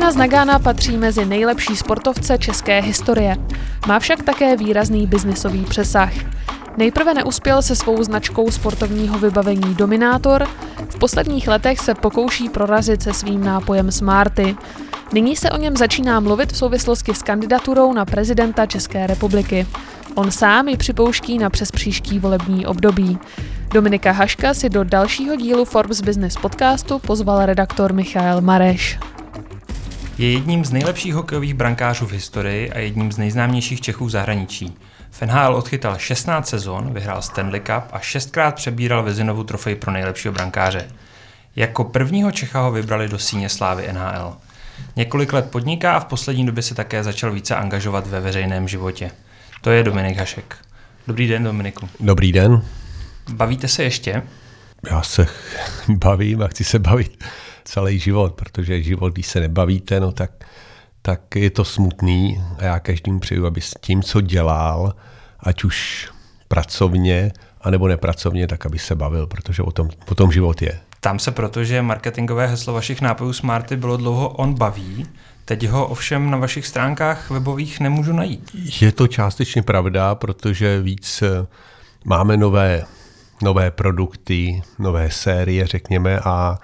Jonas Nagana patří mezi nejlepší sportovce české historie. Má však také výrazný biznisový přesah. Nejprve neuspěl se svou značkou sportovního vybavení Dominátor, v posledních letech se pokouší prorazit se svým nápojem Smarty. Nyní se o něm začíná mluvit v souvislosti s kandidaturou na prezidenta České republiky. On sám ji připouští na přespříští volební období. Dominika Haška si do dalšího dílu Forbes Business podcastu pozval redaktor Michael Mareš. Je jedním z nejlepších hokejových brankářů v historii a jedním z nejznámějších Čechů v zahraničí. V NHL odchytal 16 sezon, vyhrál Stanley Cup a 6krát přebíral Vezinovu trofej pro nejlepšího brankáře. Jako prvního Čecha ho vybrali do síně slávy NHL. Několik let podniká a v poslední době se také začal více angažovat ve veřejném životě. To je Dominik Hašek. Dobrý den, Dominiku. Dobrý den. Bavíte se ještě? Já se bavím a chci se bavit celý život, protože život, když se nebavíte, no tak je to smutný a já každým přeju, aby s tím, co dělal, ať už pracovně, anebo nepracovně, tak aby se bavil, protože o tom život je. Tam se proto, že marketingové heslo vašich nápojů Smarty bylo dlouho On baví, teď ho ovšem na vašich stránkách webových nemůžu najít. Je to částečně pravda, protože víc máme nové produkty, nové série, řekněme, a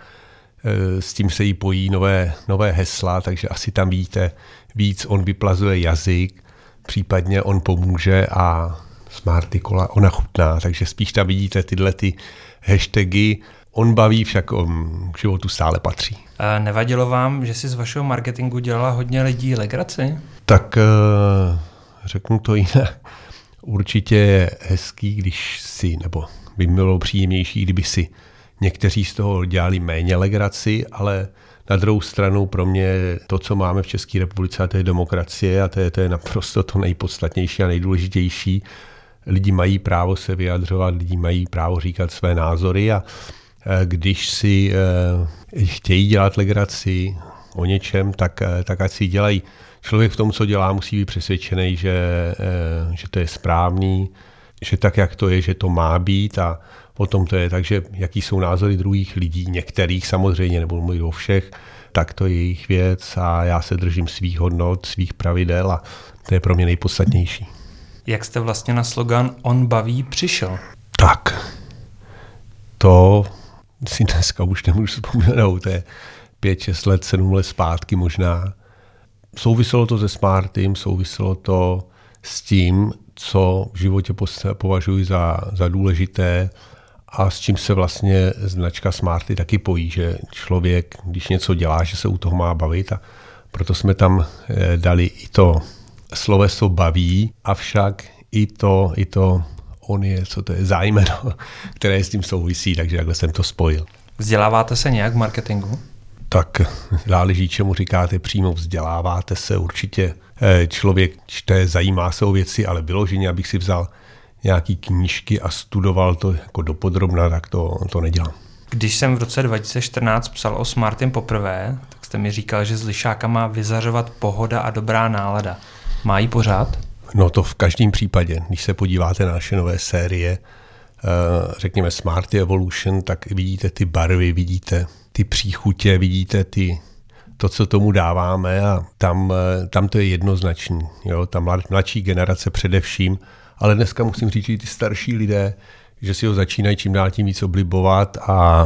s tím se jí pojí nové hesla, takže asi tam vidíte víc, on vyplazuje jazyk, případně on pomůže a Smarty kola, ona chutná, takže spíš tam vidíte tyhle ty hashtagy, on baví, však k životu stále patří. A nevadilo vám, že si z vašeho marketingu dělala hodně lidí legraci? Tak řeknu to jinak. Určitě je hezký, když si, nebo by bylo příjemnější, kdyby si někteří z toho dělali méně legraci, ale na druhou stranu pro mě to, co máme v České republice, a to je demokracie a to je naprosto to nejpodstatnější a nejdůležitější. Lidi mají právo se vyjadřovat, lidi mají právo říkat své názory a když si chtějí dělat legraci o něčem, tak ať si dělají. Člověk v tom, co dělá, musí být přesvědčený, že to je správný, že tak, jak to je, že to má být a potom to je tak, že jaký jsou názory druhých lidí, některých samozřejmě, nebudu mluvit o všech, tak to je jejich věc a já se držím svých hodnot, svých pravidel a to je pro mě nejpodstatnější. Jak jste vlastně na slogan On baví přišel? Tak, to si dneska už nemůžu vzpomenout, to je 5, 6 let, 7 let zpátky možná. Souviselo to se Smartym, souviselo to s tím, co v životě považuji za důležité a s čím se vlastně značka Smarty taky pojí, že člověk, když něco dělá, že se u toho má bavit a proto jsme tam dali i to sloveso baví, avšak i to on je, co to je, zájmeno, které s tím souvisí, takže takhle jsem to spojil. Vzděláváte se nějak v marketingu? Tak záleží, čemu říkáte přímo, vzděláváte se určitě. Člověk čte, zajímá se o věci, ale vyloženě, abych si vzal nějaký knížky a studoval to jako dopodrobna, tak to nedělám. Když jsem v roce 2014 psal o Smartym poprvé, tak jste mi říkal, že z lišáka má vyzařovat pohoda a dobrá nálada. Má jí pořád? No to v každém případě. Když se podíváte na naše nové série, řekněme Smarty Evolution, tak vidíte ty barvy, vidíte ty příchutě, vidíte to, co tomu dáváme a tam to je jednoznačný. Jo? Ta mladší generace především, ale dneska musím říct, že ty starší lidé, že si ho začínají čím dál tím víc oblibovat a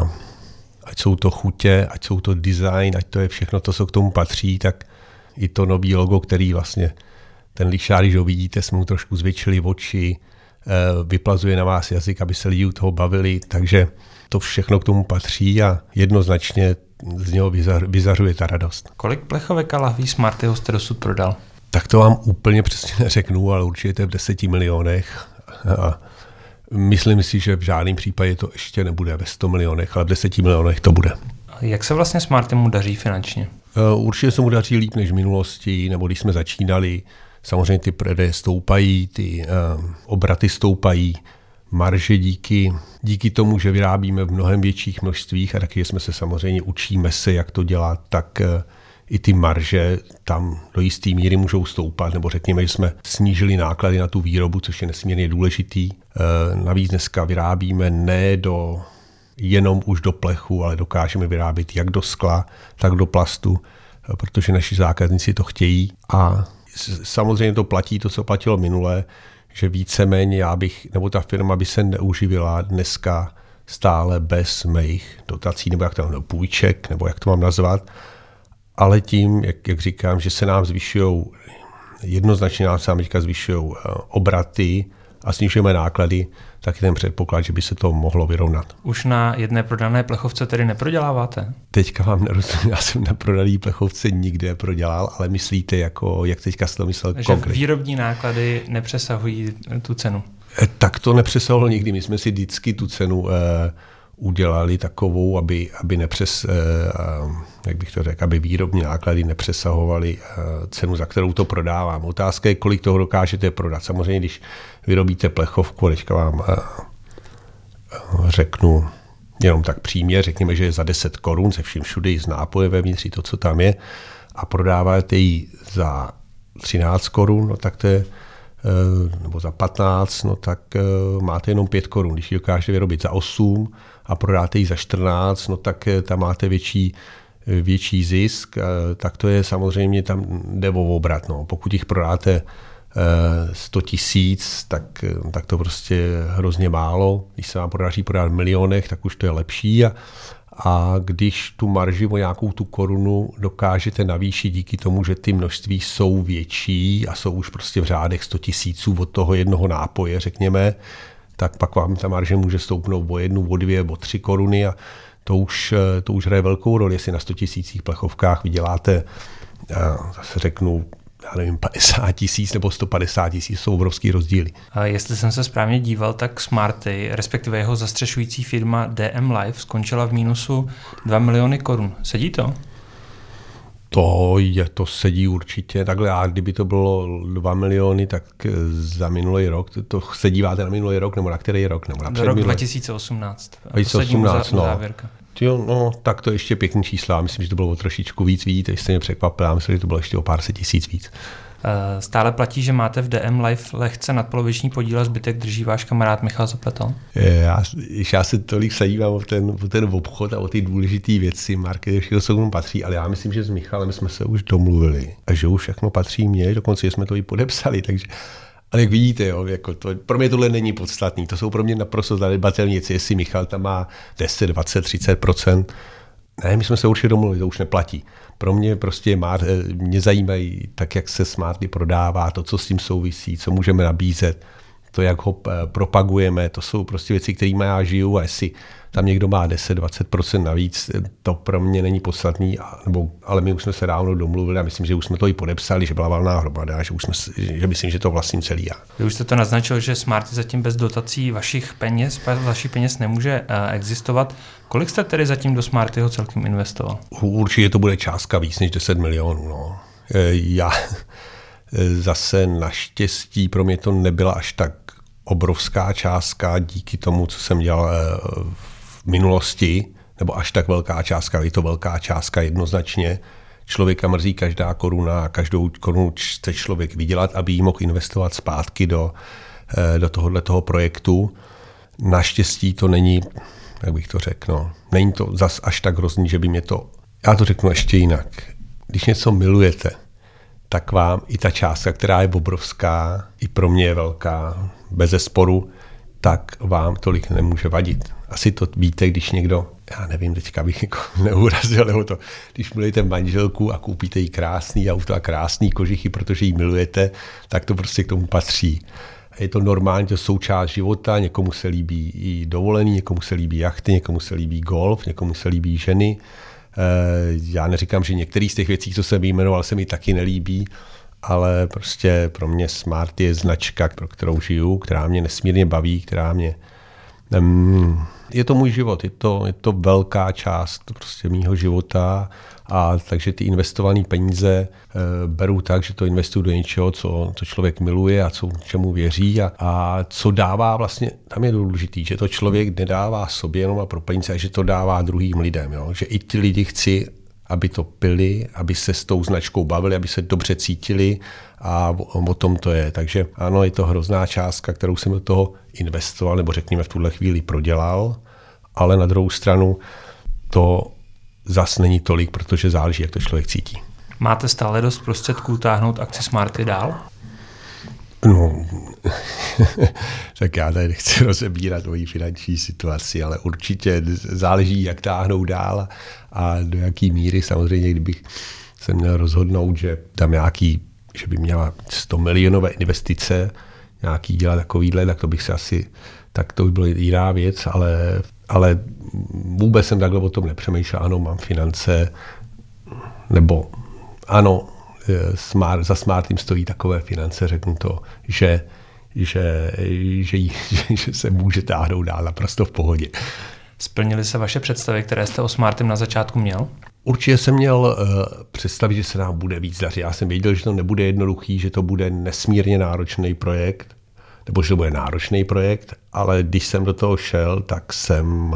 ať jsou to chutě, ať jsou to design, ať to je všechno to, co k tomu patří, tak i to nový logo, který vlastně ten lišák, když ho vidíte, jsme mu trošku zvětšili oči, vyplazuje na vás jazyk, aby se lidi u toho bavili, takže to všechno k tomu patří a jednoznačně z něho vyzařuje ta radost. Kolik plechovek a lahví Smartyho jste dosud prodal? Tak to vám úplně přesně neřeknu, ale určitě to je v 10 milionech. A myslím si, že v žádném případě to ještě nebude ve 100 milionech, ale v 10 milionech to bude. Jak se vlastně Smartymu daří finančně? Určitě se mu daří líp než v minulosti, nebo když jsme začínali. Samozřejmě ty prodeje stoupají, ty obraty stoupají, marže díky tomu, že vyrábíme v mnohem větších množstvích a taky jsme se samozřejmě učíme se, jak to dělat, tak i ty marže tam do jisté míry můžou stoupat, nebo řekněme, že jsme snížili náklady na tu výrobu, což je nesmírně důležitý. Navíc dneska vyrábíme ne jenom už do plechu, ale dokážeme vyrábět jak do skla, tak do plastu. protože naši zákazníci to chtějí a samozřejmě to platí to, co platilo minule, že víceméně ta firma by se neuživila dneska stále bez mých dotací, nebo jak to mám, půjček, nebo jak to mám nazvat, ale tím, jak říkám, že se nám jednoznačně nám se zvyšují obraty a snižujeme náklady, tak je ten předpoklad, že by se to mohlo vyrovnat. Už na jedné prodané plechovce tedy neproděláváte? Teďka vám nerozumím, já jsem na prodaný plechovce nikde prodělal, ale myslíte, jak teďka jste to myslel konkrétně? Že výrobní náklady nepřesahují tu cenu? Tak to nepřesahovalo nikdy. My jsme si vždycky tu cenu udělali takovou, aby jak bych to řekl, aby výrobní náklady nepřesahovaly cenu, za kterou to prodávám. Otázka je, kolik toho dokážete prodat. Samozřejmě, když vyrobíte plechovku, teďka vám řeknu jenom tak přímě, řekněme, že je za 10 korun, se vším všude, s nápojem vevnitř, to, co tam je, a prodáváte ji za 13 korun, no tak to je nebo za 15, no tak máte jenom 5 korun. Když ji dokážete vyrobit za 8 a prodáte ji za 14, no tak tam máte větší zisk, tak to je samozřejmě, tam jde o obrat. No. Pokud jich prodáte 100 000, tak to prostě je hrozně málo. Když se vám podaří prodat v milionech, tak už to je lepší. A když tu marži o nějakou tu korunu dokážete navýšit díky tomu, že ty množství jsou větší a jsou už prostě v řádech 100 000 od toho jednoho nápoje, řekněme, tak pak vám ta marže může stoupnout o 1, o 2, o 3 koruny a to už hraje velkou roli, jestli na 100 000 plechovkách vyděláte, zase řeknu, já nevím, 50 000 nebo 150 000, jsou obrovský rozdíly. A jestli jsem se správně díval, tak Smarty, respektive jeho zastřešující firma DM Life, skončila v mínusu 2 miliony korun. Sedí to? To sedí určitě. Takhle, a kdyby to bylo 2 miliony, tak za minulý rok, to se díváte na minulý rok, nebo na který rok? Nebo na rok 2018. 2018, no. Závěrka. No, tak to ještě pěkný čísla. Myslím, že to bylo o trošičku víc, vidíte, jste mě překvapil. Myslím, že to bylo ještě o pár set tisíc víc. Stále platí, že máte v DM Life lehce nadpoloviční podíl a zbytek drží váš kamarád Michal Zapletal? Já se tolik sadívám o ten obchod a o ty důležité věci, marketing, všechno se tomu patří, ale já myslím, že s Michalem jsme se už domluvili a že už všechno patří mně, dokonce jsme to i podepsali, takže. Ale jak vidíte, pro mě tohle není podstatný. To jsou pro mě naprosto zanedbatelné věci, jestli Michal tam má 10, 20, 30%. Ne, my jsme se určitě domluvili, to už neplatí. Pro mě prostě mě zajímají tak, jak se Smarty prodává, to, co s tím souvisí, co můžeme nabízet, to, jak ho propagujeme, to jsou prostě věci, kterými já žiju a jestli tam někdo má 10-20% navíc, to pro mě není podstatný, ale my už jsme se dávno domluvili a myslím, že už jsme to i podepsali, že byla valná hromada, že myslím, že to vlastním celý já. Vy už jste to naznačil, že Smarty zatím bez dotací vašich peněz nemůže existovat. Kolik jste tedy zatím do Smartyho celkem investoval? Určitě to bude částka víc než 10 milionů. No. Já zase naštěstí pro mě to nebyla až tak obrovská částka díky tomu, co jsem dělal v minulosti, nebo až tak velká částka, je to velká částka jednoznačně. Člověka mrzí každá koruna a každou korunu chce člověk vydělat, aby ji mohl investovat zpátky do tohoto projektu. Naštěstí to není, jak bych to řekl, není to zas až tak hrozný, že by mě to, já to řeknu ještě jinak. Když něco milujete, tak vám i ta částka, která je obrovská, i pro mě je velká, bezesporu, tak vám tolik nemůže vadit. Asi to víte, když někdo, já nevím, teďka bych jako neurazil, nebo to, když milujete manželku a koupíte jí krásný auto a krásný kožichy, protože ji milujete, tak to prostě k tomu patří. Je to normální, to součást života, někomu se líbí i dovolený, někomu se líbí jachty, někomu se líbí golf, někomu se líbí ženy. Já neříkám, že některý z těch věcí, co jsem vyjmenoval, se mi taky nelíbí, ale prostě pro mě Smart je značka, pro kterou žiju, která mě nesmírně baví, která mě... Je to můj život, je to velká část prostě mýho života a takže ty investované peníze beru tak, že to investuju do něčeho, co člověk miluje a čemu věří a co dává vlastně, tam je důležitý, že to člověk nedává sobě jenom a pro peníze, a že to dává druhým lidem, jo? Že i ty lidi chci, aby to pili, aby se s tou značkou bavili, aby se dobře cítili a o tom to je. Takže ano, je to hrozná částka, kterou jsem do toho investoval, nebo řekněme v tuhle chvíli prodělal, ale na druhou stranu to zas není tolik, protože záleží, jak to člověk cítí. Máte stále dost prostředků táhnout akci Smarty dál? No, tak já tady nechci rozebírat moji finanční situaci, ale určitě záleží, jak táhnou dál a do jaký míry. Samozřejmě, kdybych se měl rozhodnout, že tam že by měla 100 milionové investice, nějaký dělat takovýhle, tak to by byla jiná věc, ale vůbec jsem takhle o tom nepřemýšlel. Ano, mám finance, nebo ano, za Smartym stojí takové finance, řeknu to, že se může táhnout dál naprosto v pohodě. Splnily se vaše představy, které jste o Smartym na začátku měl? Určitě jsem měl představit, že se nám bude víc dařit. Já jsem věděl, že to nebude jednoduchý, že to bude nesmírně náročný projekt, nebo že to bude náročný projekt, ale když jsem do toho šel, tak jsem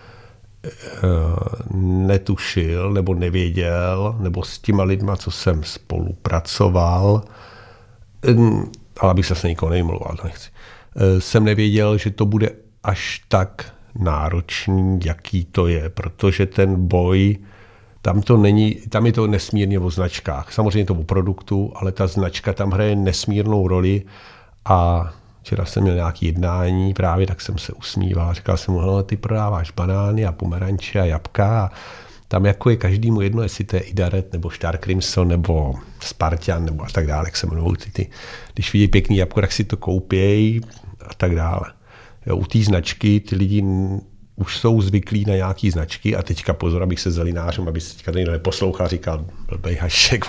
netušil, nebo nevěděl, nebo s těma lidma, co jsem spolupracoval, ale abych se s nikoho nejmluval, to nechci, jsem nevěděl, že to bude až tak náročný, jaký to je, protože ten boj, tam je to nesmírně o značkách. Samozřejmě to o produktu, ale ta značka tam hraje nesmírnou roli a včera jsem měl nějaké jednání, právě tak jsem se usmíval. Říkal jsem mu, ty prodáváš banány a pomeranče a jabka a tam jako je každému jedno, jestli to je Idaret nebo Star Crimson nebo Spartan nebo a tak dále, jak se jmenují ty. Když vidí pěkný jabko, tak si to koupějí a tak dále. Jo, u té značky ty lidi už jsou zvyklí na nějaký značky a teďka pozor, abych se zelinářem, aby se teďka někdo neposlouchal, říkal, blbej hašek,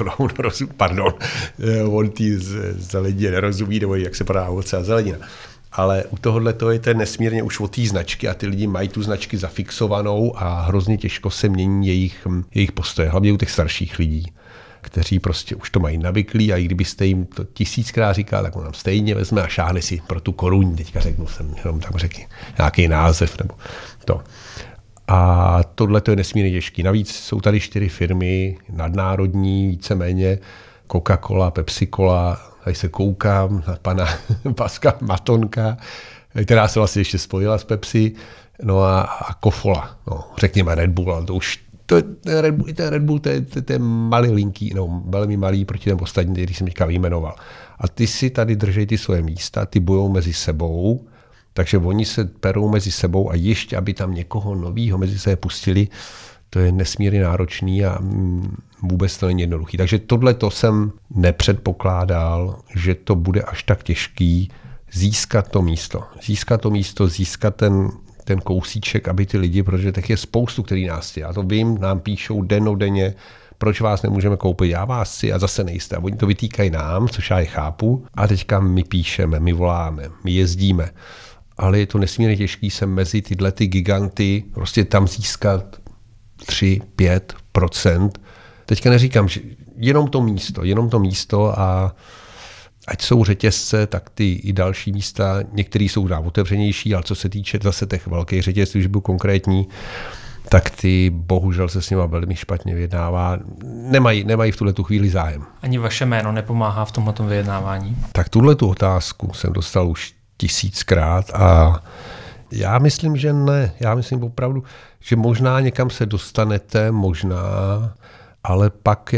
on ty zelenině nerozumí, nebo jak se prodá ovoce a zelenina. Ale u tohohle to je ten nesmírně už od té značky a ty lidi mají tu značky zafixovanou a hrozně těžko se mění jejich postoje, hlavně u těch starších lidí, kteří prostě už to mají navyklí a i kdybyste jim to 1000krát říkal, tak on nám stejně vezme a šáhne si pro tu koruň. Teďka jsem jenom tam řekl nějaký název nebo to. A tohle to je nesmírně těžký. Navíc jsou tady 4 firmy nadnárodní, víceméně Coca-Cola, Pepsi-Cola, tady se koukám na pana Paska Matonka, která se vlastně ještě spojila s Pepsi, no a Kofola, no, řekněme Red Bull, ale to už ten Red Bull, to je malinký, no, velmi malý proti těm ostatním, který jsem teďka vyjmenoval. A ty si tady držej ty svoje místa, ty bojou mezi sebou, takže oni se perou mezi sebou a ještě, aby tam někoho novýho mezi sebe pustili, to je nesmírně náročný a vůbec to není jednoduchý. Takže tohle to jsem nepředpokládal, že to bude až tak těžký získat to místo, získat ten kousíček, aby ty lidi, protože těch je spoustu, který nás chtějí. Já to vím, nám píšou dennodenně, proč vás nemůžeme koupit, já vás chci a zase nejste. A oni to vytýkají nám, což já je chápu. A teďka my píšeme, my voláme, my jezdíme. Ale je to nesmírně těžký se mezi tyhle ty giganty prostě tam získat 3-5%. Teďka neříkám, že jenom to místo a ať jsou řetězce, tak ty i další místa, některé jsou otevřenější, ale co se týče zase těch velkých řetězců, když byl konkrétní, tak ty bohužel se s nima velmi špatně vyjednává. Nemají v tuhletu chvíli zájem. Ani vaše jméno nepomáhá v tomhletom vyjednávání? Tak tuhletu otázku jsem dostal už 1000krát a já myslím, že ne. Já myslím opravdu, že možná někam se dostanete, ale pak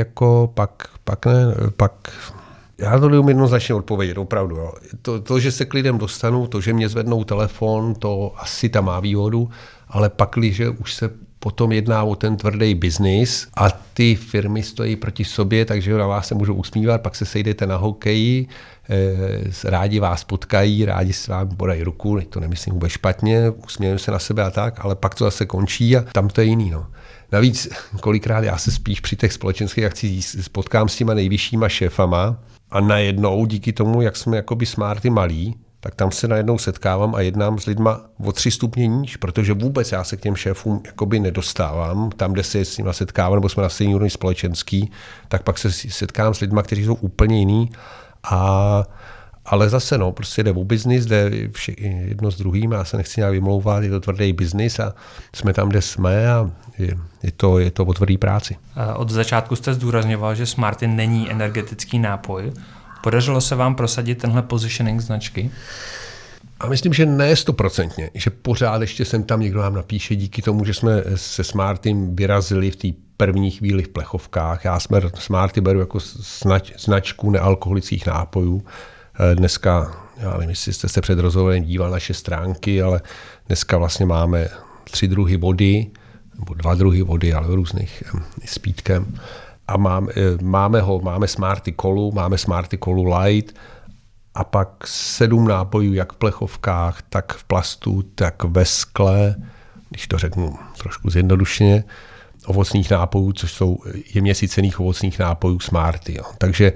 já to neumím jednoznačně odpovědět, opravdu. Jo. To, že se k lidem dostanu, to, že mě zvednou telefon, to asi tam má výhodu, ale pakliže už se potom jedná o ten tvrdý biznis a ty firmy stojí proti sobě, takže na vás se můžou usmívat, pak se sejdete na hokeji, rádi vás potkají, rádi s vámi podají ruku, to nemyslím vůbec špatně, usmějeme se na sebe a tak, ale pak to zase končí a tam to je jiný. No. Navíc kolikrát já se spíš při těch společenských akcích spotkám s těma nejvyššíma šéfama a najednou díky tomu, jak jsme jakoby Smarty malí, tak tam se najednou setkávám a jednám s lidma o 3 stupně níž, protože vůbec já se k těm šéfům jakoby nedostávám. Tam, kde se s nima setkávám, nebo jsme na stejný úrovni společenský, tak pak se setkám s lidma, kteří jsou úplně jiný. Ale zase, prostě jde o biznis, jde jedno s druhým, já se nechci nějak vymlouvat, je to tvrdý biznis a jsme tam, kde jsme a je to o tvrdý práci. Od začátku jste zdůrazňoval, že Smarty není energetický nápoj. Podařilo se vám prosadit tenhle positioning značky? A myslím, že ne 100%, že pořád ještě sem tam někdo nám napíše díky tomu, že jsme se Smartym vyrazili v té první chvíli v plechovkách. Já Smarty beru jako značku nealkoholických nápojů. Dneska, já nevím, jestli jste se před rozhovorem díval naše stránky, ale dneska vlastně máme 3 druhy vody, nebo 2 druhy vody, ale různých s pítkem. A máme Smarty Colu, máme Smarty Colu Light a pak 7 nápojů, jak v plechovkách, tak v plastu, tak ve skle, když to řeknu trošku zjednodušeně, ovocných nápojů, což jsou jemně sycených ovocných nápojů Smarty. Jo. Takže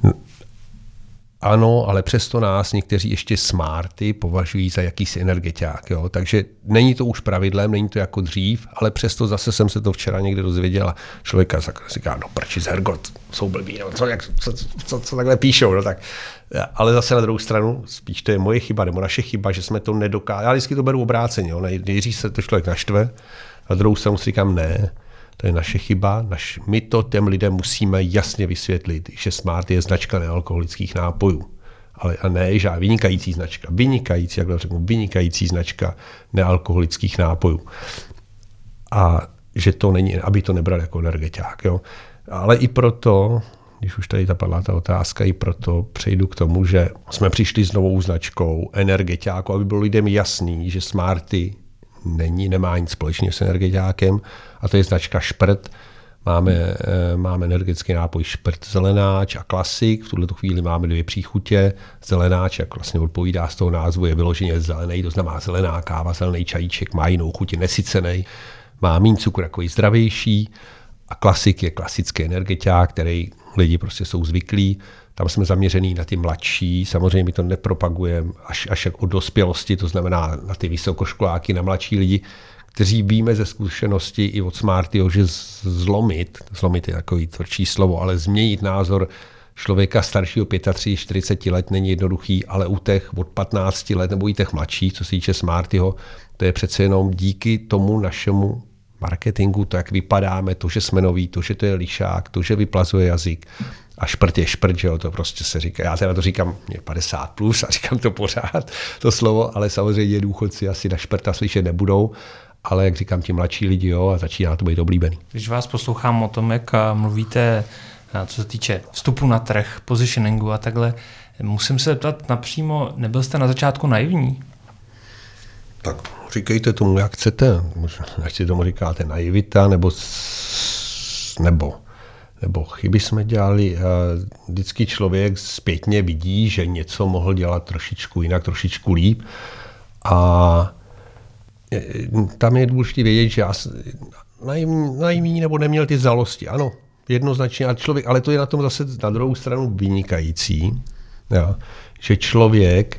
ano, ale přesto nás někteří ještě Smarty považují za jakýsi energetiák. Jo. Takže není to už pravidlem, není to jako dřív, ale přesto zase jsem se to včera někde dozvěděl a člověka říká, no prči zhergot, jsou blbí, no, co takhle píšou. No, tak. Ale zase na druhou stranu, spíš to je moje chyba nebo naše chyba, že jsme to nedokázali. Já vždycky to beru obráceně. Jo. Nejdřív se to člověk naštve, na druhou stranu si říkám, ne, to je naše chyba. My to těm lidem musíme jasně vysvětlit, že Smart je značka nealkoholických nápojů. Ale a ne, že vynikající značka nealkoholických nápojů. A že to není, aby to nebral jako energetiák. Jo. Ale i proto, když už tady padla ta otázka, i proto přejdu k tomu, že jsme přišli s novou značkou energetiáku, aby bylo lidem jasný, že Smarty nemá nic společného s energetiákem, a to je značka Šprt. Máme energetický nápoj Šprt zelenáč a klasik. V tuto chvíli máme 2 příchutě. Zelenáč, jak vlastně odpovídá z toho názvu, je vyloženě zelený, to znamená zelená káva, zelený čajíček, má jinou chuť, je nesycený, má méně cukru, jako zdravější. A klasik je klasický energetiák, který lidi prostě jsou zvyklí. Tam jsme zaměřený na ty mladší, samozřejmě my to nepropagujeme až od dospělosti, to znamená na ty vysokoškoláky, na mladší lidi, kteří víme ze zkušenosti i od Smartyho, že zlomit je takový tvrdší slovo, ale změnit názor člověka staršího 35-40 let není jednoduchý, ale u těch od 15 let nebo i těch mladších, co se týče Smartyho, to je přece jenom díky tomu našemu marketingu, to, jak vypadáme, to, že jsme noví, to, že to je lišák, to, že vyplazuje jazyk. A šprt je šprt, že jo, to prostě se říká. Já teda to říkám, mě 50 plus a říkám to pořád, to slovo, ale samozřejmě důchodci asi na šprta slyšet nebudou, ale jak říkám, ti mladší lidi, jo, a začíná to být oblíbený. Když vás poslouchám o tom, jak mluvíte, co se týče vstupu na trh, positioningu a takhle, musím se zeptat napřímo, nebyl jste na začátku naivní? Tak říkejte tomu, jak chcete. Ať si tomu říkáte naivita, nebo chyby jsme dělali. Vždycky člověk zpětně vidí, že něco mohl dělat trošičku jinak, trošičku líp. A tam je důležité vědět, že já naivní nebo neměl ty znalosti. Ano, jednoznačně, ale to je na tom zase na druhou stranu vynikající, jo, že člověk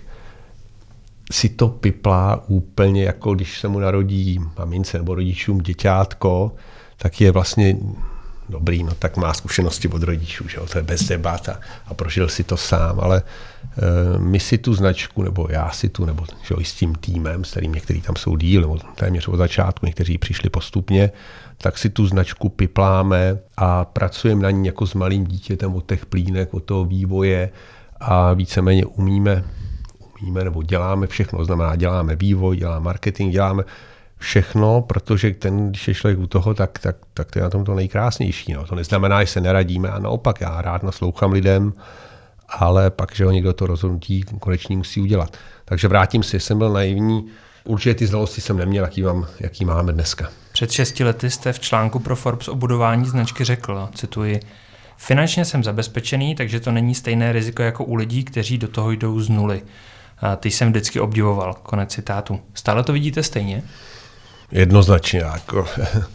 si to piplá úplně, jako když se mu narodí mamince nebo rodičům děťátko, tak je vlastně dobrý, no tak má zkušenosti od rodičů, že jo, to je bez debat a prožil si to sám, ale my si tu značku, nebo já si tu, nebo že jo, i s tím týmem, s kterým některý tam jsou díl, nebo téměř od začátku, někteří přišli postupně, tak si tu značku pipláme a pracujeme na ní jako s malým dítětem od těch plínek, od toho vývoje a víceméně umíme nebo děláme všechno, znamená děláme vývoj, děláme marketing, děláme všechno, protože když je člověk u toho, tak to je na tom to nejkrásnější. No. To neznamená, že se neradíme a naopak já rád naslouchám lidem, ale pak, že ho někdo to rozhodnutí konečně musí udělat. Takže vrátím se, jsem byl naivní, určitě ty znalosti jsem neměl, jaký máme dneska. Před 6 lety jste v článku pro Forbes o budování značky řekl, cituji, finančně jsem zabezpečený, takže to není stejné riziko jako u lidí, kteří do toho jdou z nuly. A ty jsem vždycky obdivoval, konec citátu. Stále to vidíte stejně? Jednoznačně. Jako,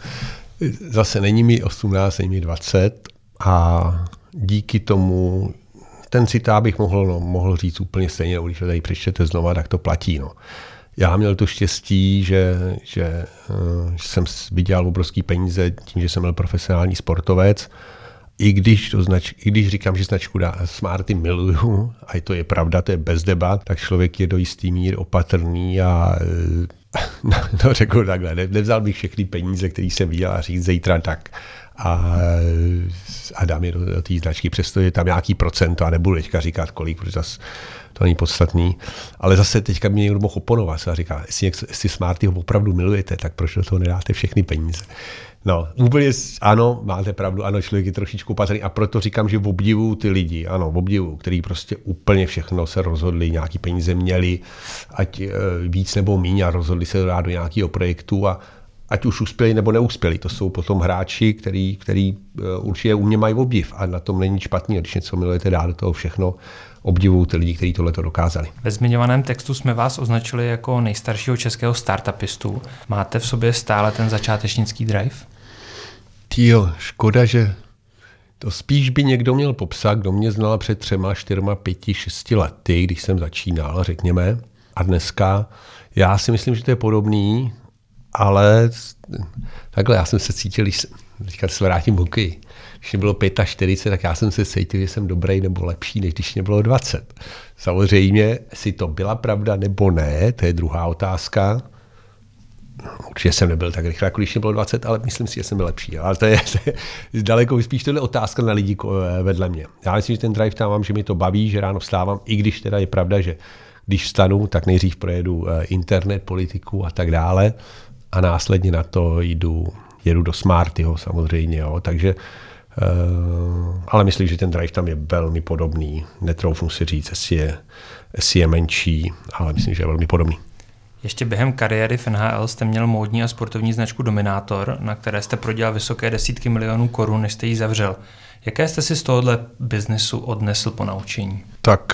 zase není mi 18, není mi 20 a díky tomu ten citát bych mohl říct úplně stejně, když to tady přečtete znova, tak to platí. No. Já měl to štěstí, že jsem vydělal obrovský peníze tím, že jsem byl profesionální sportovec. I když říkám, že značku Smarty miluju, a to je pravda, to je bez debat, tak člověk je do jistý míry opatrný a řekl takhle, nevzal bych všechny peníze, které jsem vydělal a říct zítra tak a dám je do té značky, přesto je tam nějaký procento a nebudu teďka říkat kolik, protože zase to není podstatný. Ale zase teďka mě někdo mohl oponovat a říká, jestli Smartyho opravdu milujete, tak proč do toho nedáte všechny peníze? No, úplně ano, máte pravdu, ano, člověk je trošičku opatrný a proto říkám, že obdivuju ty lidi, ano, obdivuju, který prostě úplně všechno se rozhodli, nějaký peníze měli, ať víc nebo míň a rozhodli se dát do nějakého projektu a ať už uspěli nebo neuspěli. To jsou potom hráči, který určitě u mě mají obdiv a na tom není špatný, když něco milujete, dát do toho všechno. Obdivuju ty lidi, kteří tohleto dokázali. Ve zmiňovaném textu jsme vás označili jako nejstaršího českého startupistu. Máte v sobě stále ten začátečnický drive? Týjo, škoda, že to spíš by někdo měl popsat, kdo mě znal před 3, 4, 5, 6 lety, když jsem začínal, řekněme. A dneska já si myslím, že to je podobný, ale takhle já jsem se cítil, teďka se vrátím hokej. Když mě bylo 45, tak já jsem se cítil, že jsem dobrý nebo lepší, než když mě bylo 20. Samozřejmě, jestli to byla pravda nebo ne, to je druhá otázka. Určitě jsem nebyl tak rychle, jako když mě bylo 20, ale myslím si, že jsem byl lepší. Ale to je daleko spíš tohle otázka na lidi vedle mě. Já myslím, že ten drive tam mám, že mi to baví, že ráno vstávám, i když teda je pravda, že když vstanu, tak nejdřív projedu internet, politiku a tak dále a následně na to jedu do Smartyho samozřejmě. Jo. Takže ale myslím, že ten drive tam je velmi podobný. Netroufnu si říct, jestli je menší, ale myslím, že je velmi podobný. Ještě během kariéry v NHL jste měl módní a sportovní značku Dominátor, na které jste prodělal vysoké desítky milionů korun, než jste ji zavřel. Jaké jste si z tohohle biznesu odnesl po naučení? Tak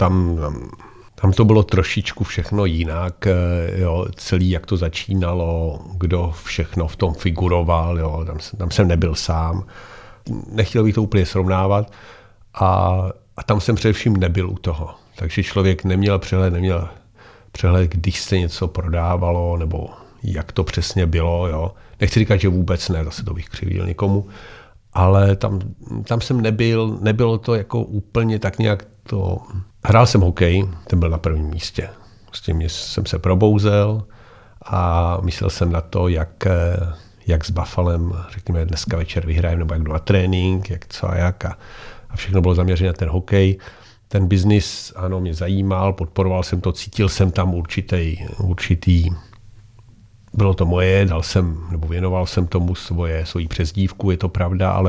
tam to bylo trošičku všechno jinak, jo, celý jak to začínalo, kdo všechno v tom figuroval, jo, tam jsem nebyl sám. Nechtěl bych to úplně srovnávat a tam jsem především nebyl u toho. Takže člověk neměl přehled, když se něco prodávalo, nebo jak to přesně bylo. Jo. Nechci říkat, že vůbec ne, zase to bych křivil někomu, ale tam jsem nebylo to jako úplně tak nějak to. Hrál jsem hokej, ten byl na prvním místě. Prostě jsem se probouzel a myslel jsem na to, jak s Buffalem, řekněme, dneska večer vyhrajeme, nebo jak jdu na trénink, jak co a jak. A všechno bylo zaměřené na ten hokej. Ten biznis, ano, mě zajímal, podporoval jsem to, cítil jsem tam určitý, bylo to moje, věnoval jsem tomu svoji přezdívku, je to pravda, ale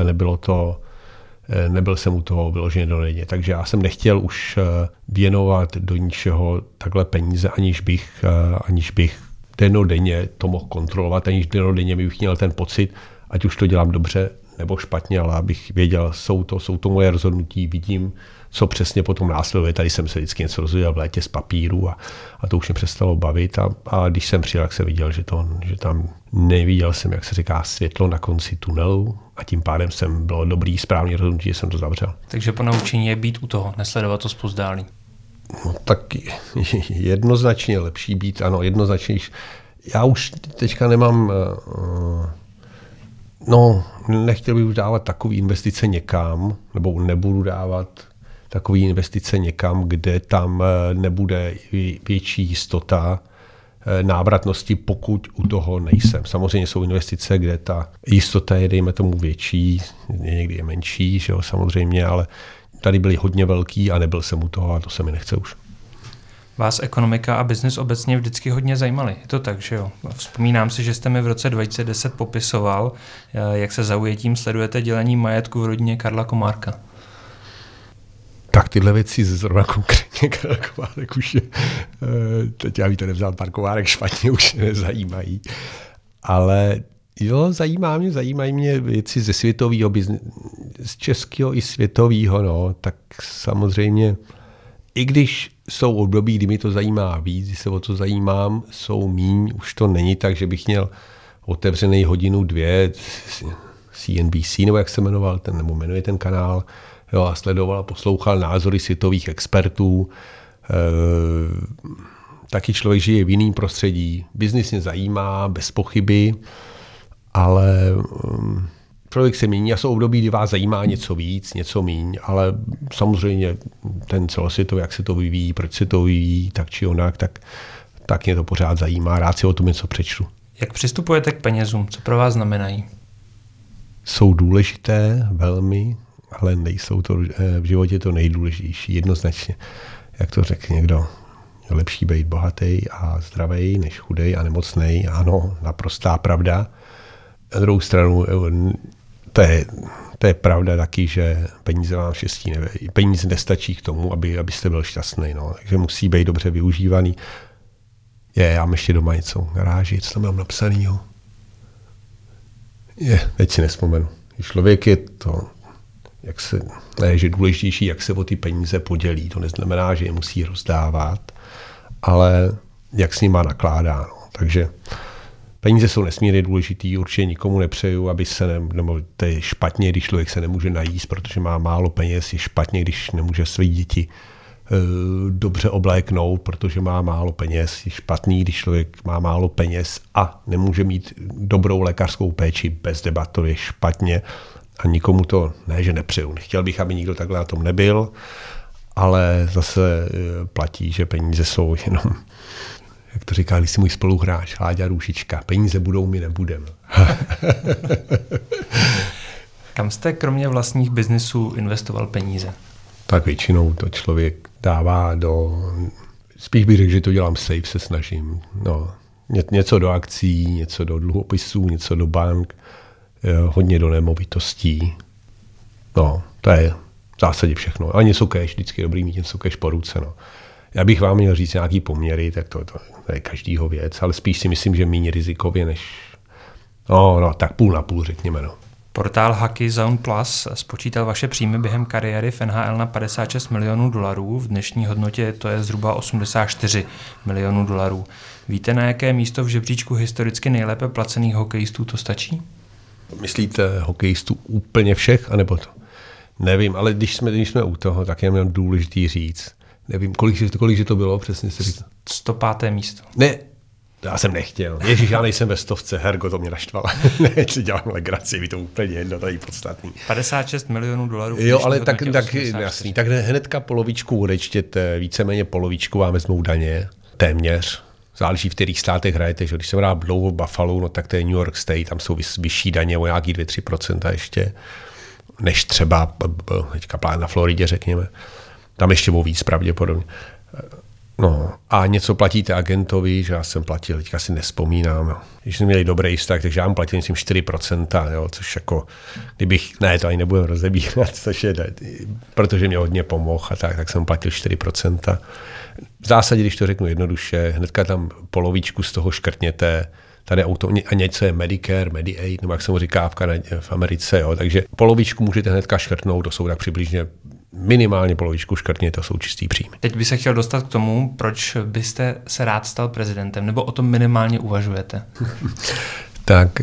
nebyl jsem u toho vyloženě denně. Takže já jsem nechtěl už věnovat do ničeho takhle peníze, aniž bych dennodenně to mohl kontrolovat, aniž dennodenně bych měl ten pocit, ať už to dělám dobře nebo špatně, ale abych věděl, jsou to moje rozhodnutí, vidím, co přesně potom následuje. Tady jsem se vždycky něco rozhodl v létě z papíru a to už mě přestalo bavit a když jsem přijel, tak jsem viděl, že tam neviděl jsem, jak se říká, světlo na konci tunelu a tím pádem bylo dobrý, správný rozhodnutí, že jsem to zavřel. Takže po naučení je být u toho, nesledovat to zpozdálí. No, tak jednoznačně lepší být, ano, jednoznačně. Já už teďka nemám, nechtěl bych dávat takové investice někam, nebo nebudu dávat takové investice někam, kde tam nebude větší jistota návratnosti, pokud u toho nejsem. Samozřejmě jsou investice, kde ta jistota je, dejme tomu, větší, někdy je menší, že jo, samozřejmě, ale tady byly hodně velký a nebyl jsem u toho a to se mi nechce už. Vás ekonomika a biznis obecně vždycky hodně zajímaly. Je to tak, že jo? Vzpomínám si, že jste mi v roce 2010 popisoval, jak se zaujetím sledujete dělení majetku v rodině Karla Komárka. Tak tyhle věci zrovna konkrétně Karel Komárek už je, teď já bych to nevzal pan Komárek špatně, už nezajímají. Ale jo, zajímají mě věci ze světového biznesu, z českého i světového, no, tak samozřejmě, i když jsou období, kdy mi to zajímá víc, když se o to zajímám, jsou míň, už to není tak, že bych měl otevřený 1-2 hodiny CNBC, nebo jak se jmenoval nebo jmenuje ten kanál, jo, a sledoval a poslouchal názory světových expertů. Taky člověk žije v jiném prostředí. Biznis mě zajímá, bez pochyby, ale člověk se mění a jsou období, kdy vás zajímá něco víc, něco míň, ale samozřejmě ten celosvětový, jak se to vyvíjí, proč se to vyvíjí, tak či onak, tak mě to pořád zajímá. Rád si o tom něco přečtu. Jak přistupujete k penězům? Co pro vás znamenají? jsou důležité velmi, ale nejsou to v životě to nejdůležitější, jednoznačně. Jak to řekl někdo, je lepší být bohatý a zdravý, než chudej a nemocnej. Ano, naprostá pravda. Na druhou stranu, to je pravda taky, že peníze vám štěstí neví. Peníze nestačí k tomu, abyste byl šťastný. No. Takže musí být dobře využívaný. Já mám ještě doma něco v garáži, co tam mám napsanýho. Teď si nespomenu. Člověk je to, že důležitější, jak se o ty peníze podělí. To neznamená, že je musí rozdávat, ale jak s nima nakládá. No. Takže peníze jsou nesmírně důležitý, určitě nikomu nepřeju, nebo to je špatně, když člověk se nemůže najíst, protože má málo peněz, je špatně, když nemůže své děti dobře obléknout, protože má málo peněz, je špatný, když člověk má málo peněz a nemůže mít dobrou lékařskou péči, bez debat, to je špatně a nikomu to ne, že nepřeju. Nechtěl bych, aby nikdo takhle na tom nebyl, ale zase platí, že peníze jsou jenom, jak to říká, když si můj spoluhráč, Láďa Růžička, peníze budou, my nebudeme. Kam jste kromě vlastních biznisů investoval peníze? Tak většinou to člověk dává spíš bych řekl, že to dělám safe, se snažím. No, něco do akcí, něco do dluhopisů, něco do bank, hodně do nemovitostí. No, to je v zásadě všechno. A něco cash, vždycky je dobrý mít něco cash po ruce. No. Já bych vám měl říct nějaký poměry, tak to je každýho věc, ale spíš si myslím, že méně rizikově než... No, tak půl na půl, řekněme, no. Portál Hockey Zone Plus spočítal vaše příjmy během kariéry v NHL na $56 milionů. V dnešní hodnotě to je zhruba $84 milionů. Víte, na jaké místo v žebříčku historicky nejlépe placených hokejistů to stačí? Myslíte hokejistů úplně všech, anebo to? Nevím, ale když jsme u toho, tak je jenom důležitý říct. Nevím, kolik to bylo, přesně se říct. 105. místo. Ne, já jsem nechtěl. Ježíš, já nejsem ve 100, hergo, to mě naštvalo. Ne, si dělám legraci, je to úplně jedno, to je podstatný. $56 milionů. Jo, ale tak jasný. Tak hnedka polovičku odečtěte, víceméně polovičku vám vezmou daně, téměř. Záleží, v kterých státech hrajete, že když jsem hrál dlouho v Buffalo, no tak to je New York State, tam jsou vyšší daně o nějaký 2-3% ještě, než třeba teďka na Floridě, řekněme. Tam ještě o víc pravděpodobně. No a něco platíte agentovi, že já jsem platil, teďka si nevzpomínám. Jo. Když jsme měli dobrý vztah, takže já mu platil myslím 4%, jo, což jako, to ani nebudem rozebírat, protože mě hodně pomohl a tak jsem platil 4%. V zásadě, když to řeknu jednoduše, hnedka tam polovičku z toho škrtněte, tady auto, a něco je Medicare, Mediaid, nebo jak se mu říká v Americe, jo, takže polovičku můžete hnedka škrtnout, to jsou tak přibližně minimálně polovičku škrtně, to jsou čistý příjmy. Teď bych se chtěl dostat k tomu, proč byste se rád stal prezidentem, nebo o tom minimálně uvažujete? Tak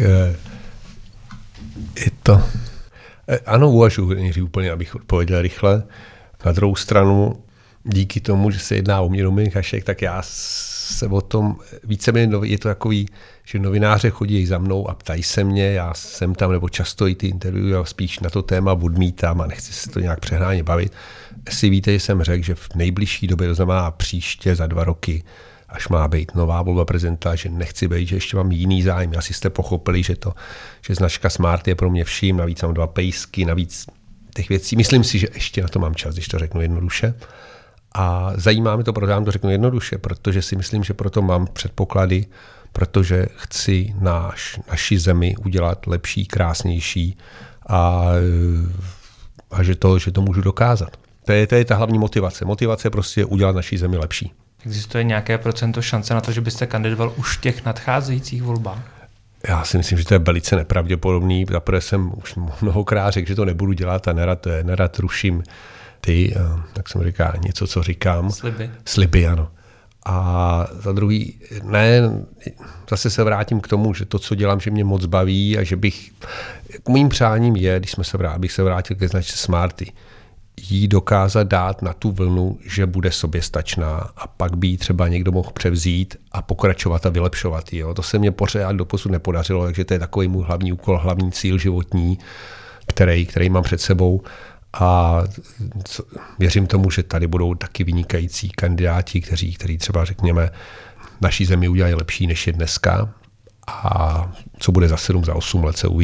je to... Ano, uvažuji úplně, abych odpověděl rychle. Na druhou stranu, díky tomu, že se jedná o mě Dominik Hašek, tak já se o tom víceméně, je to takový, že novináře chodí za mnou a ptají se mě, já jsem tam, nebo často i ty interview, já spíš na to téma odmítám a nechci se to nějak přehnáně bavit. Jestli víte, že jsem řekl, že v nejbližší době, to znamená příště za 2 roky, až má být nová volba prezidenta, že nechci být, že ještě mám jiný zájem. Asi jste pochopili, že značka Smart je pro mě vším, navíc mám 2 pejsky, navíc těch věcí. Myslím si, že ještě na to mám čas, když to řeknu jednoduše. A zajímá mě to, proto vám to řeknu jednoduše, protože si myslím, že proto mám předpoklady, protože chci naši zemi udělat lepší, krásnější a že to můžu dokázat. To je ta hlavní motivace. Motivace je prostě udělat naši zemi lepší. Existuje nějaké procento šance na to, že byste kandidoval už v těch nadcházejících volbách? Já si myslím, že to je velice nepravděpodobný. Zaprvé jsem už mnohokrát řekl, že to nebudu dělat a nerad ruším tak jsem říká, něco, co říkám. Sliby, ano. A za druhý, zase se vrátím k tomu, že to, co dělám, že mě moc baví a že mým přáním je, abych se vrátil ke značce Smarty, jí dokázat dát na tu vlnu, že bude soběstačná a pak by ji třeba někdo mohl převzít a pokračovat a vylepšovat. Jo. To se mě pořád doposud nepodařilo, takže to je takový můj hlavní úkol, hlavní cíl životní, který mám před sebou. A věřím tomu, že tady budou taky vynikající kandidáti, kteří třeba, řekněme, naší zemi udělají lepší, než je dneska. A co bude za 7, za 8 let, se uvidí.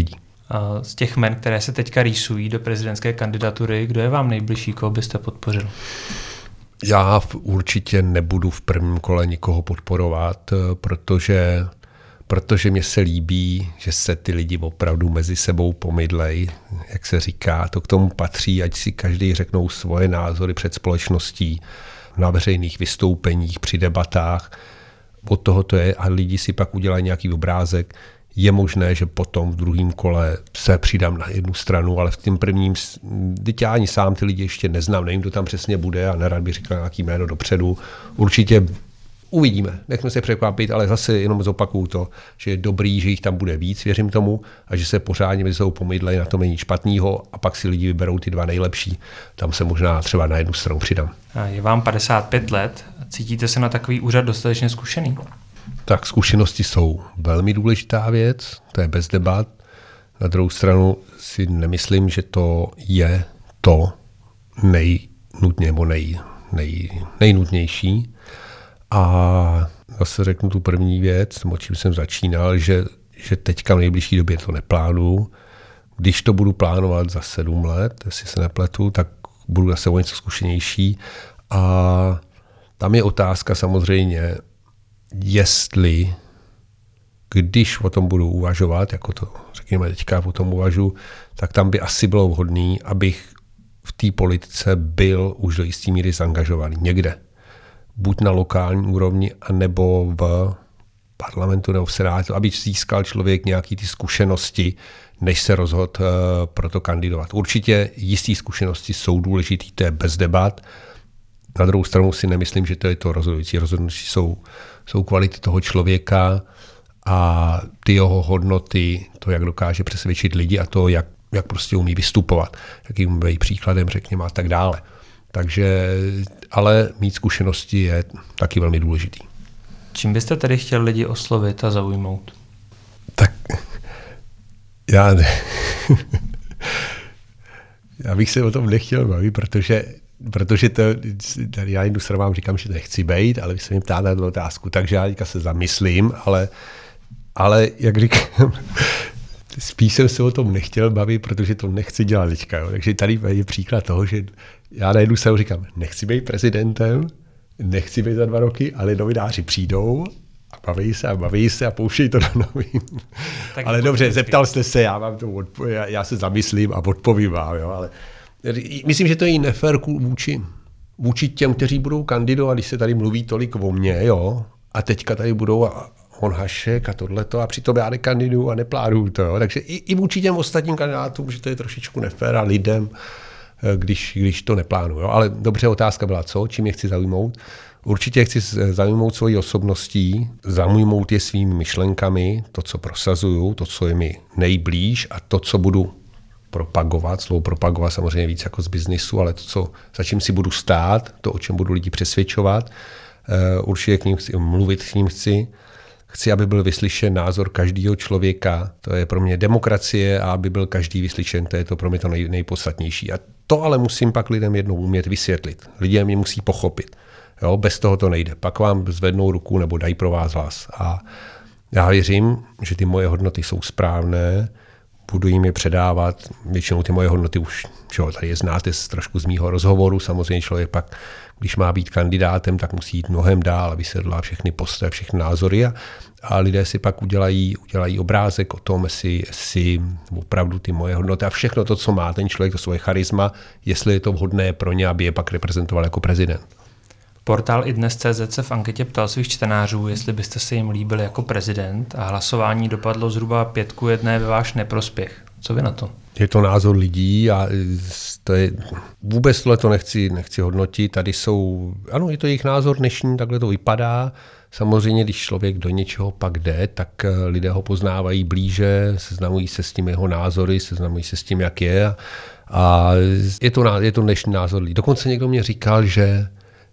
Z těch jmen, které se teďka rýsují do prezidentské kandidatury, kdo je vám nejbližší, koho byste podpořil? Já určitě nebudu v prvním kole nikoho podporovat, protože mně se líbí, že se ty lidi opravdu mezi sebou pomydlej, jak se říká. To k tomu patří, ať si každý řeknou svoje názory před společností, na veřejných vystoupeních, při debatách. Od toho to je a lidi si pak udělají nějaký obrázek. Je možné, že potom v druhém kole se přidám na jednu stranu, ale v tím prvním, teď já ani sám ty lidi ještě neznám, nevím, kdo tam přesně bude a nerad bych říkal nějaký jméno dopředu. Určitě uvidíme, nechme se překvapit, ale zase jenom zopakuju to, že je dobrý, že jich tam bude víc, věřím tomu, a že se pořádně mezi sebou pomydlejí, na tom není špatnýho a pak si lidi vyberou ty dva nejlepší. Tam se možná třeba na jednu stranu přidám. Je vám 55 let, cítíte se na takový úřad dostatečně zkušený? Tak zkušenosti jsou velmi důležitá věc, to je bez debat. Na druhou stranu si nemyslím, že to je to nejnutnější. A zase řeknu tu první věc, o čím jsem začínal, že teďka v nejbližší době to neplánuju. Když to budu plánovat za 7 let, jestli se nepletu, tak budu zase o něco zkušenější. A tam je otázka samozřejmě, jestli, když o tom budu uvažovat, jako to řekněme teďka o tom uvažu, tak tam by asi bylo vhodné, abych v té politice byl už do jistý míry zaangažovaný někde. Buď na lokální úrovni, anebo v parlamentu nebo v senátu, aby získal člověk nějaký ty zkušenosti, než se rozhodl pro to kandidovat. Určitě jistý zkušenosti jsou důležitý, to je bez debat. Na druhou stranu si nemyslím, že to je to rozhodující. Rozhodující jsou kvality toho člověka a ty jeho hodnoty, to, jak dokáže přesvědčit lidi a to, jak prostě umí vystupovat, jaký umí být příkladem, řekněme, a tak dále. Takže, ale mít zkušenosti je taky velmi důležitý. Čím byste tedy chtěl lidi oslovit a zaujmout? Tak já bych se o tom nechtěl bavit, protože to, tady já jednu stranu vám říkám, že nechci bejt, ale vy se mi ptáte na tu otázku, takže já teďka se zamyslím, ale jak říkám, spíš jsem se o tom nechtěl bavit, protože to nechci dělat teďka. Jo. Takže tady je příklad toho, že já na jednu stranu říkám, nechci být prezidentem, nechci být za 2 roky, ale novináři přijdou a baví se a pouštějí to do novin. Ale dobře, zeptal jste se, já se zamyslím a odpovím vám, jo, ale myslím, že to je nefér vůči těm, kteří budou kandidovat, když se tady mluví tolik o mně, jo, a teďka tady budou on Hašek a tohleto a přitom já nekandiduju a neplánuju to, jo. Takže i vůči těm ostatním kandidátům, že to je trošičku nefér a lidem, když to neplánuju. Jo. Ale dobře, otázka byla co, čím je chci zaujmout. Určitě chci zaujmout svojí osobností, zaujmout je svými myšlenkami, to, co prosazuju, to, co je mi nejblíž a to, co budu propagovat, slovo propagovat samozřejmě víc jako z biznisu, ale to, za čím si budu stát, to, o čem budu lidi přesvědčovat, určitě k ním chci mluvit, chci, aby byl vyslyšen názor každého člověka, to je pro mě demokracie a aby byl každý vyslyšen, to je to pro mě to nejpodstatnější. A to ale musím pak lidem jednou umět vysvětlit. Lidé mě musí pochopit. Jo, bez toho to nejde. Pak vám zvednou ruku nebo dají pro vás hlas. A já věřím, že ty moje hodnoty jsou správné, budu jim je předávat. Většinou ty moje hodnoty už, že tady je znáte trošku z mýho rozhovoru. Samozřejmě člověk pak, když má být kandidátem, tak musí jít mnohem dál a vysvětlovat všechny postoje, všechny názory a lidé si pak udělají obrázek o tom, jestli opravdu ty moje hodnoty a všechno to, co má ten člověk, to svoje charisma, jestli je to vhodné pro ně, aby je pak reprezentoval jako prezident. Portál iDnes.cz se v anketě ptal svých čtenářů, jestli byste se jim líbili jako prezident a hlasování dopadlo zhruba 5:1 ve váš neprospěch. Co vy na to? Je to názor lidí a to je, vůbec tohle nechci hodnotit. Tady jsou, ano, je to jejich názor dnešní, takhle to vypadá. Samozřejmě, když člověk do něčeho pak jde, tak lidé ho poznávají blíže, seznamují se s tím jeho názory, seznamují se s tím, jak je. A je to dnešní názor lidí. Dokonce někdo mě říkal, že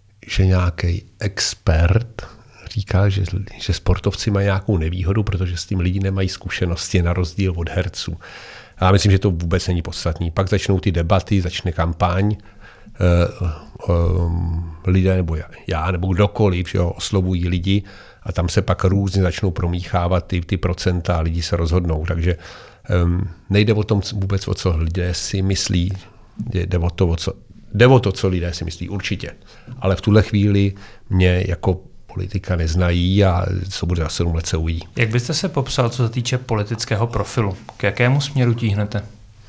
nějaký expert říká, že sportovci mají nějakou nevýhodu, protože s tím lidi nemají zkušenosti na rozdíl od herců. Já myslím, že to vůbec není podstatný. Pak začnou ty debaty, začne kampaň, lidé, nebo já, nebo kdokoliv, že jo, oslovují lidi a tam se pak různě začnou promíchávat ty procenta a lidi se rozhodnou. Takže nejde o tom vůbec, o co lidé si myslí, jde o to, co lidé si myslí, určitě. Ale v tuhle chvíli mě jako politika neznají a co bude za 7 let se uvidí. Jak byste se popsal, co se týče politického profilu? K jakému směru tíhnete?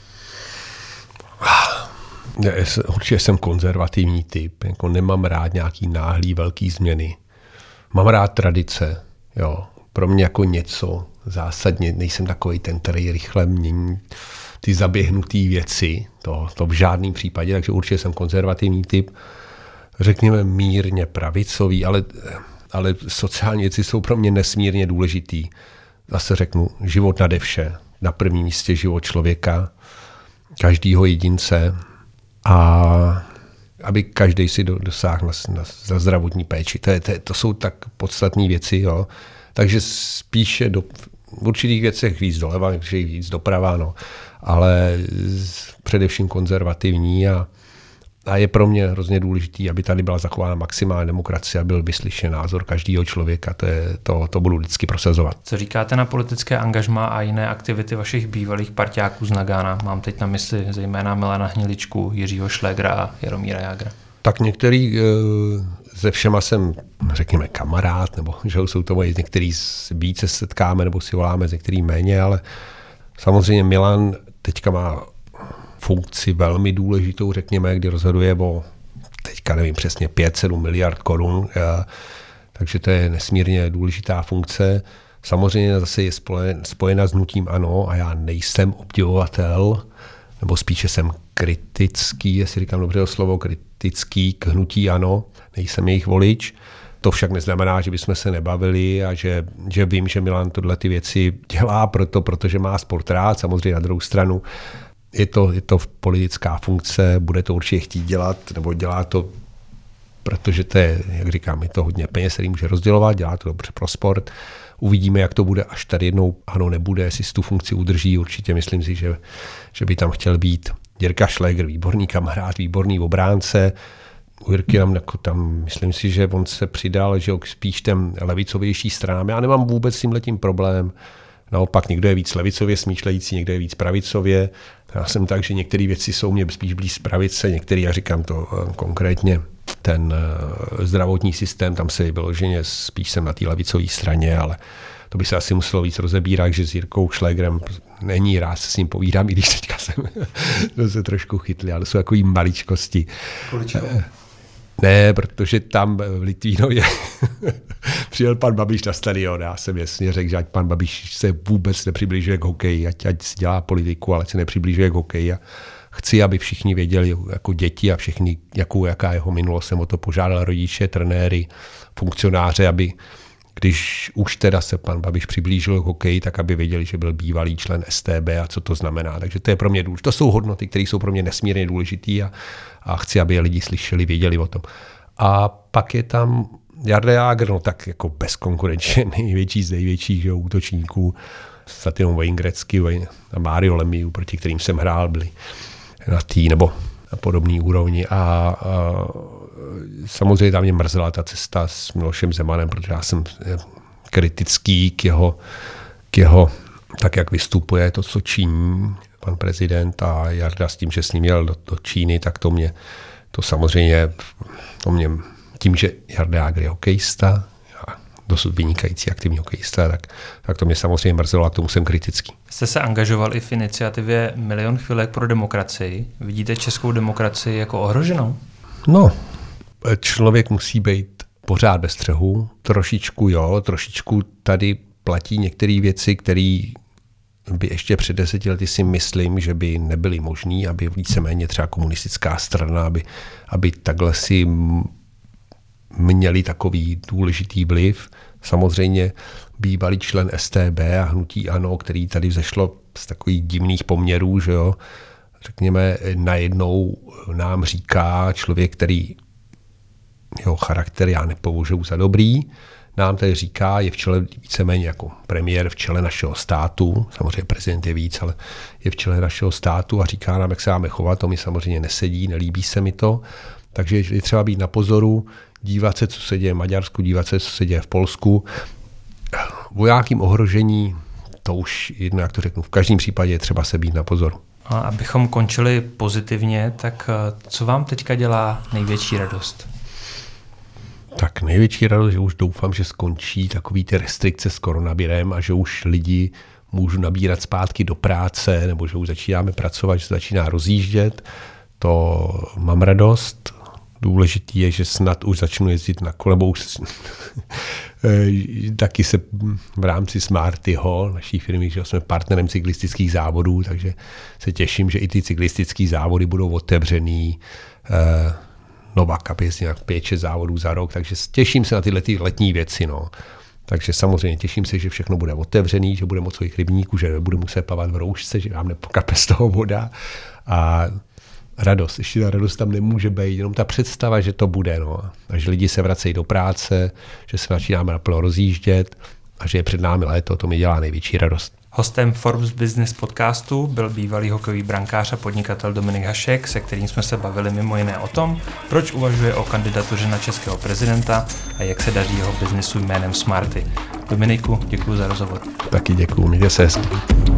Určitě jsem konzervativní typ, jako nemám rád nějaký náhlý velký změny. Mám rád tradice, jo. Pro mě jako něco zásadně, nejsem takový ten, který rychle mění ty zaběhnutý věci, to v žádném případě, takže určitě jsem konzervativní typ, řekněme mírně pravicový, ale sociální věci jsou pro mě nesmírně důležitý. Zase řeknu, život nade vše, na prvním místě život člověka, každýho jedince a aby každý si dosáhl na zdravotní péči. To jsou tak podstatné věci, jo. Takže spíše v určitých věcech víc doleva, víc doprava, no. Ale především konzervativní a je pro mě hrozně důležitý, aby tady byla zachována maximální demokracie a byl vyslyšen názor každého člověka. To budu vždycky prosazovat. Co říkáte na politické angažmá a jiné aktivity vašich bývalých parťáků z Nagana? Mám teď na mysli zejména Milana Hniličku, Jiřího Šlégra a Jaromíra Jágra. Tak některý se všema jsem, řekněme, kamarád, nebo že jsou to moji, některý více setkáme nebo si voláme, s některý méně, ale samozřejmě Milan teďka má funkci velmi důležitou, řekněme, kdy rozhoduje o, teďka nevím přesně, 5-7 miliard korun, takže to je nesmírně důležitá funkce. Samozřejmě zase je spojena s hnutím ANO a já nejsem obdivovatel, nebo spíše jsem kritický, jestli říkám dobře slovo, kritický k hnutí ANO, nejsem jejich volič. To však neznamená, že bychom se nebavili a že vím, že Milan tohle ty věci dělá protože má sport rád, samozřejmě na druhou stranu. Je to politická funkce, bude to určitě chtít dělat, nebo dělá to, protože to je, jak říkám, je to hodně peněz, který může rozdělovat, dělá to dobře pro sport. Uvidíme, jak to bude, až tady jednou ANO nebude, jestli si tu funkci udrží. Určitě myslím si, že by tam chtěl být Jirka Šlégr, výborný kamarád, výborný obránce. U Jirky tam myslím si, že on se přidal, že spíš ten levicovější stranám. Já nemám vůbec s tímhletím problém. Naopak někdo je víc levicově smýšlející, někdo je víc pravicově. Já jsem tak, že některé věci jsou mě spíš blíž pravice, některé, já říkám to konkrétně, ten zdravotní systém, tam se vyloženě spíš jsem na té levicové straně, ale to by se asi muselo víc rozebírat, že s Jirkou Šlégrem není rád se s ním povídám, i když teďka jsem se trošku chytli, ale jsou takový maličkosti. Ne, protože tam v Litvínově přijel pan Babiš na stadion. Já jsem jasně řekl, že ať pan Babiš se vůbec nepřibližuje k hokeji, ať si dělá politiku, ale se nepřibližuje k hokeji. A chci, aby všichni věděli, jako děti a všichni, jaká jeho minulost, jsem o to požádal rodiče, trenéry, funkcionáře, aby když už teda se pan Babiš přiblížil k hokeji, tak aby věděli, že byl bývalý člen STB a co to znamená. Takže to je pro mě důležité. To jsou hodnoty, které jsou pro mě nesmírně důležitý a chci, aby je lidi slyšeli, věděli o tom. A pak je tam Jarda Jágr, no tak jako bezkonkurenčně největší z největších, že, útočníků. Satinou Wayne Gretzky a Mario Lemieux, proti kterým jsem hrál, byli na tý nebo na podobný úrovni. A samozřejmě tam mě mrzela ta cesta s Milošem Zemanem, protože já jsem kritický k jeho tak, jak vystupuje, to, co činí pan prezident a Jarda s tím, že s ním jel do Číny, tak to mě tím, že Jarda Jágr je hokejista, dosud vynikající aktivní hokejista, tak to mě samozřejmě mrzelo a k tomu jsem kritický. Jste se angažoval i v iniciativě Milion chvilek pro demokracii. Vidíte českou demokracii jako ohroženou? No, člověk musí být pořád ve střehu. Trošičku tady platí některé věci, které by ještě před 10 lety si myslím, že by nebyly možné, aby víceméně třeba komunistická strana, aby takhle si měli takový důležitý vliv. Samozřejmě bývalý člen STB a hnutí ANO, který tady vzešlo z takových divných poměrů, že jo, řekněme, najednou nám říká člověk, který jeho charakter já nepovažuji za dobrý. Nám tady říká, je v čele víceméně jako premiér v čele našeho státu, samozřejmě prezident je víc, ale je v čele našeho státu a říká nám, jak se máme chovat, to mi samozřejmě nesedí, nelíbí se mi to. Takže je třeba být na pozoru, dívat se, co se děje v Maďarsku, dívat se, co se děje v Polsku. Vojákým ohrožení, to už jedno, jak to řeknu, v každém případě je třeba se být na pozoru. A abychom končili pozitivně, tak co vám teďka dělá největší radost? Tak největší radost, že už doufám, že skončí takový ty restrikce s koronavirem a že už lidi můžu nabírat zpátky do práce, nebo že už začínáme pracovat, že se začíná rozjíždět. To mám radost. Důležitý je, že snad už začnu jezdit na kole, nebo už taky se v rámci Smartyho, naší firmy, že jsme partnerem cyklistických závodů, takže se těším, že i ty cyklistické závody budou otevřený. Nová Cup jezdí nějak 5-6 závodů za rok, takže těším se na tyhle letní věci. No. Takže samozřejmě těším se, že všechno bude otevřený, že bude moc svých rybníků, že nebudu muset plavat v roušce, že vám nepokape z toho voda. A radost, ještě ta radost tam nemůže být, jenom ta představa, že to bude. No. A že lidi se vracejí do práce, že se začínáme naplno rozjíždět a že je před námi léto, to mi dělá největší radost. Hostem Forbes Business podcastu byl bývalý hokejový brankář a podnikatel Dominik Hašek, se kterým jsme se bavili mimo jiné o tom, proč uvažuje o kandidatuře na českého prezidenta a jak se daří jeho biznesu jménem Smarty. Dominiku, děkuji za rozhovor. Taky děkuji, mějte se hezky.